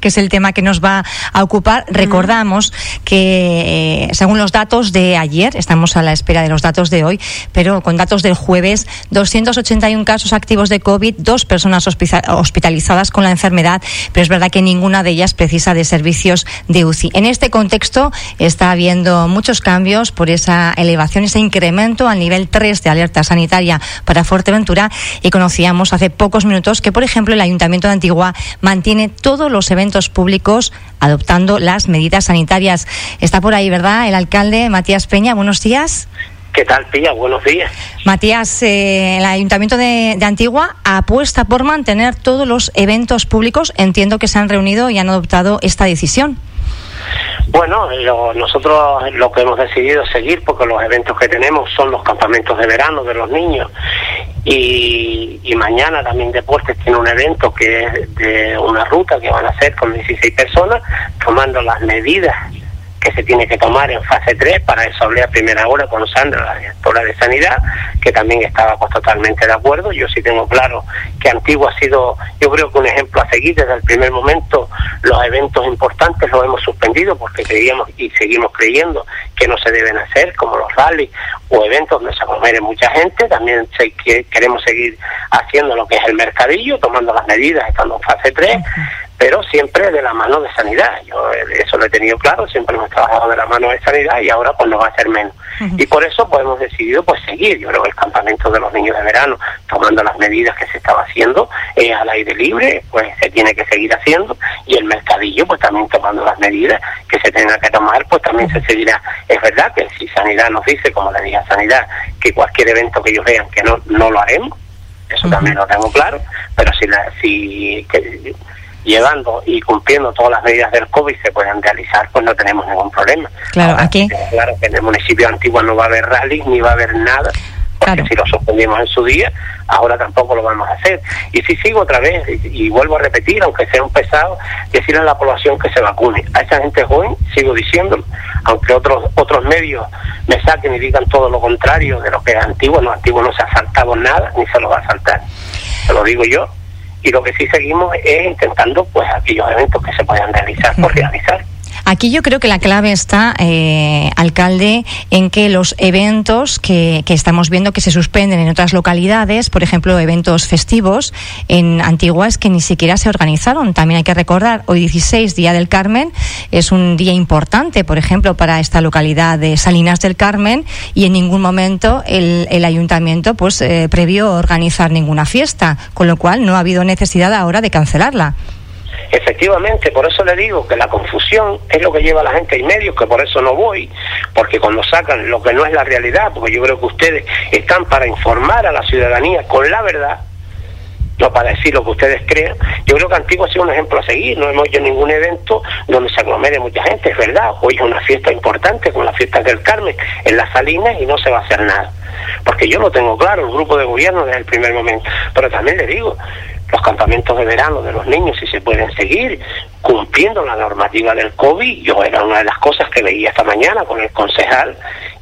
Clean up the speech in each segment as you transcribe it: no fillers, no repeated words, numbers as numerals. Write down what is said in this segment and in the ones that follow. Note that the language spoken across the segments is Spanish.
que es el tema que nos va a ocupar. Recordamos que según los datos de ayer, estamos a la espera de los datos de hoy, pero con datos del jueves, 281 casos activos de COVID, 2 personas hospitalizadas con la enfermedad, pero es verdad que ninguna de ellas precisa de servicios de UCI. En este contexto está habiendo muchos cambios por esa elevación, ese incremento al nivel 3 de alerta sanitaria para Fuerteventura, y conocíamos hace pocos minutos que, por ejemplo, el Ayuntamiento de Antigua mantiene todos los eventos públicos adoptando las medidas sanitarias. Está por ahí, ¿verdad?, el alcalde Matías Peña. Buenos días. ¿Qué tal, Pilla? Buenos días. Matías, el Ayuntamiento de Antigua apuesta por mantener todos los eventos públicos. Entiendo que se han reunido y han adoptado esta decisión. Bueno, nosotros lo que hemos decidido es seguir, porque los eventos que tenemos son los campamentos de verano de los niños, y mañana también Deportes tiene un evento que es de una ruta que van a hacer con 16 personas, tomando las medidas que se tiene que tomar en fase 3. Para eso hablé a primera hora con Sandra, la directora de Sanidad, que también estaba pues totalmente de acuerdo. Yo sí tengo claro que Antigua ha sido, yo creo que un ejemplo a seguir desde el primer momento. Los eventos importantes los hemos suspendido porque creíamos y seguimos creyendo que no se deben hacer, como los rallies o eventos donde se aglomere mucha gente. También queremos seguir haciendo lo que es el mercadillo, tomando las medidas, estando en fase 3, pero siempre de la mano de Sanidad. Yo eso lo he tenido claro, siempre hemos trabajado de la mano de Sanidad, y ahora pues no va a ser menos. Y por eso pues hemos decidido pues seguir. Yo creo que el campamento de los niños de verano, tomando las medidas que se estaba haciendo al aire libre, pues se tiene que seguir haciendo, y el mercadillo pues también tomando las medidas que se tenga que tomar, pues también se seguirá. Es verdad que si Sanidad nos dice, como le dije a Sanidad, que cualquier evento que ellos vean que no lo haremos, eso también lo tengo claro, pero llevando y cumpliendo todas las medidas del COVID se pueden realizar, pues no tenemos ningún problema. Claro, ahora, aquí. Claro que en el municipio de Antigua no va a haber rally, ni va a haber nada, porque claro, si lo suspendimos en su día, ahora tampoco lo vamos a hacer. Y si sigo otra vez, y vuelvo a repetir, aunque sea un pesado, decirle a la población que se vacune. A esa gente joven, sigo diciéndolo, aunque otros medios me saquen y digan todo lo contrario de lo que es Antigua. No, Antigua no se ha saltado nada, ni se lo va a saltar. Se lo digo yo. Y lo que sí seguimos es intentando pues aquellos eventos que se puedan realizar por realizar. Aquí yo creo que la clave está, alcalde, en que los eventos que estamos viendo que se suspenden en otras localidades, por ejemplo, eventos festivos, en Antigua es que ni siquiera se organizaron. También hay que recordar, hoy 16, Día del Carmen, es un día importante, por ejemplo, para esta localidad de Salinas del Carmen, y en ningún momento el ayuntamiento pues previó organizar ninguna fiesta, con lo cual no ha habido necesidad ahora de cancelarla. Efectivamente, por eso le digo que la confusión es lo que lleva a la gente y medios, que por eso no voy, porque cuando sacan lo que no es la realidad, porque yo creo que ustedes están para informar a la ciudadanía con la verdad, no para decir lo que ustedes crean. Yo creo que Antigua ha sido un ejemplo a seguir. No hemos hecho ningún evento donde se aglomere mucha gente, es verdad. Hoy es una fiesta importante, como la fiesta del Carmen en las Salinas, y no se va a hacer nada, porque yo lo tengo claro, el grupo de gobierno desde el primer momento. Pero también le digo, los campamentos de verano de los niños, si se pueden seguir cumpliendo la normativa del COVID. Yo era una de las cosas que veía esta mañana con el concejal,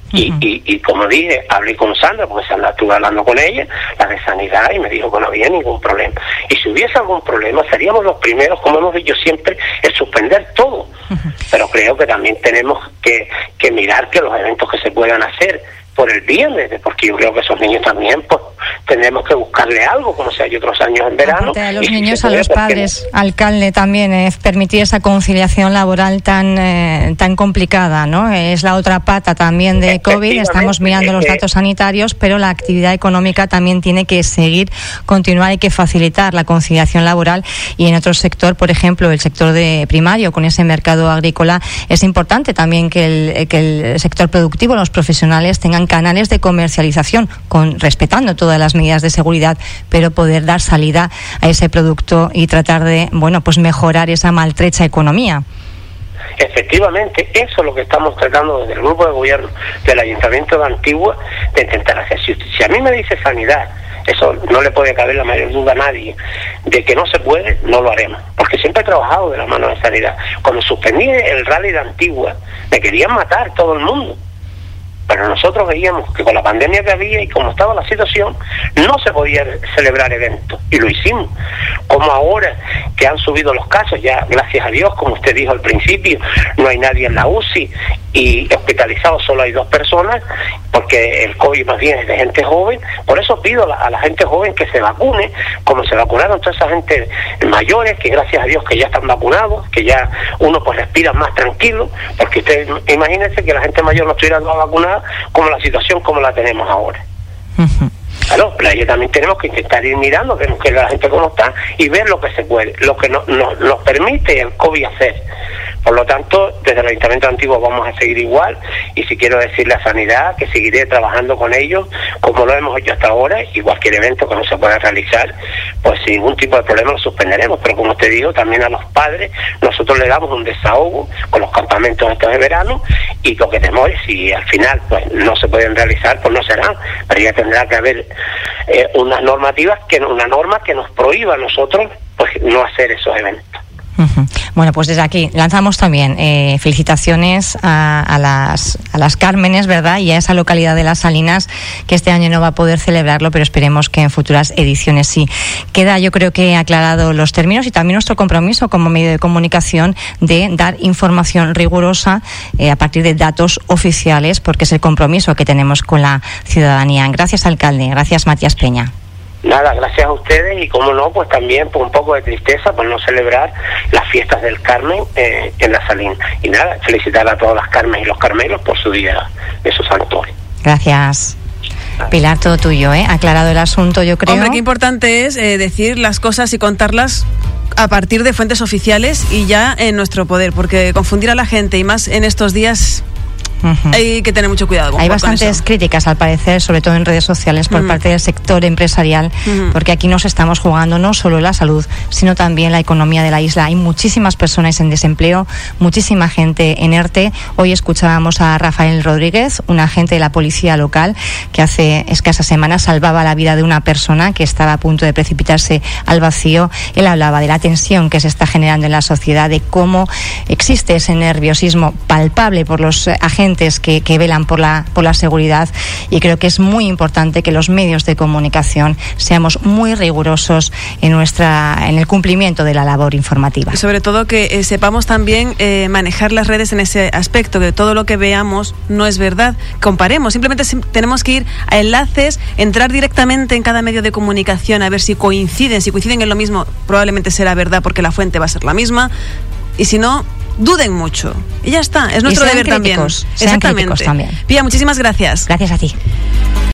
y como dije, hablé con Sandra, porque Sandra estuve hablando con ella, la de Sanidad, y me dijo que no había ningún problema. Y si hubiese algún problema, seríamos los primeros, como hemos dicho siempre, en suspender todo. Pero creo que también tenemos que mirar que los eventos que se puedan hacer por el bien, porque yo creo que esos niños también pues tenemos que buscarle algo, como se ha hecho otros años en verano. A los niños, a los padres, alcalde, también permitir esa conciliación laboral tan complicada, ¿no? Es la otra pata también de COVID. Estamos mirando los datos sanitarios, pero la actividad económica también tiene que seguir, continuar. Hay que facilitar la conciliación laboral, y en otro sector, por ejemplo, el sector de primario, con ese mercado agrícola, es importante también que el sector productivo, los profesionales, tengan canales de comercialización, respetando todas las medidas de seguridad, pero poder dar salida a ese producto y tratar de, pues mejorar esa maltrecha economía. Efectivamente, eso es lo que estamos tratando desde el grupo de gobierno del Ayuntamiento de Antigua de intentar hacer. Si a mí me dice Sanidad, eso no le puede caber la mayor duda a nadie, de que no se puede, no lo haremos, porque siempre he trabajado de la mano de Sanidad. Cuando suspendí el rally de Antigua, me querían matar todo el mundo, Pero nosotros veíamos que con la pandemia que había y como estaba la situación, no se podía celebrar eventos, y lo hicimos. Como ahora que han subido los casos, ya gracias a Dios, como usted dijo al principio, no hay nadie en la UCI y hospitalizado solo hay 2 personas, porque el COVID más bien es de gente joven. Por eso pido a la gente joven que se vacune, como se vacunaron toda esa gente mayores, que gracias a Dios que ya están vacunados, que ya uno pues respira más tranquilo, porque usted imagínense que la gente mayor no estuviera vacunada como la situación como la tenemos ahora. Claro, pero ahí también tenemos que intentar ir mirando, vemos que la gente cómo está y ver lo que se puede, lo que nos permite el COVID hacer. Por lo tanto, desde el Ayuntamiento Antiguo vamos a seguir igual, y si quiero decirle a Sanidad que seguiré trabajando con ellos como lo hemos hecho hasta ahora, y cualquier evento que no se pueda realizar, pues sin ningún tipo de problema lo suspenderemos. Pero como usted dijo, también a los padres nosotros le damos un desahogo con los campamentos estos de verano, y lo que tenemos es, si al final pues no se pueden realizar, pues no serán, pero ya tendrá que haber una norma que nos prohíba a nosotros pues no hacer esos eventos. Bueno, pues desde aquí lanzamos también felicitaciones a las Cármenes, ¿verdad? Y a esa localidad de Las Salinas, que este año no va a poder celebrarlo, pero esperemos que en futuras ediciones sí. Queda, yo creo que aclarado los términos y también nuestro compromiso como medio de comunicación de dar información rigurosa a partir de datos oficiales, porque es el compromiso que tenemos con la ciudadanía. Gracias, alcalde. Gracias, Matías Peña. Nada, gracias a ustedes, y como no, pues también por un poco de tristeza por no celebrar las fiestas del Carmen en La Salina. Y nada, felicitar a todas las Carmen y los Carmelos por su día de su santuario. Gracias. Pilar, todo tuyo, aclarado el asunto, yo creo. Hombre, qué importante es decir las cosas y contarlas a partir de fuentes oficiales y ya en nuestro poder, porque confundir a la gente, y más en estos días... Hay que tener mucho cuidado. Hay bastantes críticas, al parecer, sobre todo en redes sociales, por parte del sector empresarial, porque aquí nos estamos jugando no solo la salud, sino también la economía de la isla. Hay muchísimas personas en desempleo, muchísima gente en ERTE. Hoy escuchábamos a Rafael Rodríguez, un agente de la policía local, que hace escasas semanas salvaba la vida de una persona que estaba a punto de precipitarse al vacío. Él hablaba de la tensión que se está generando en la sociedad, de cómo existe ese nerviosismo palpable por los agentes que velan por la seguridad, y creo que es muy importante que los medios de comunicación seamos muy rigurosos en el cumplimiento de la labor informativa. Y sobre todo que sepamos también manejar las redes en ese aspecto, que todo lo que veamos no es verdad. Comparemos, simplemente tenemos que ir a enlaces, entrar directamente en cada medio de comunicación a ver si coinciden en lo mismo, probablemente será verdad porque la fuente va a ser la misma, y si no, duden mucho. Y ya está, es nuestro deber también. Sean críticos también. Pía, muchísimas gracias. Gracias a ti.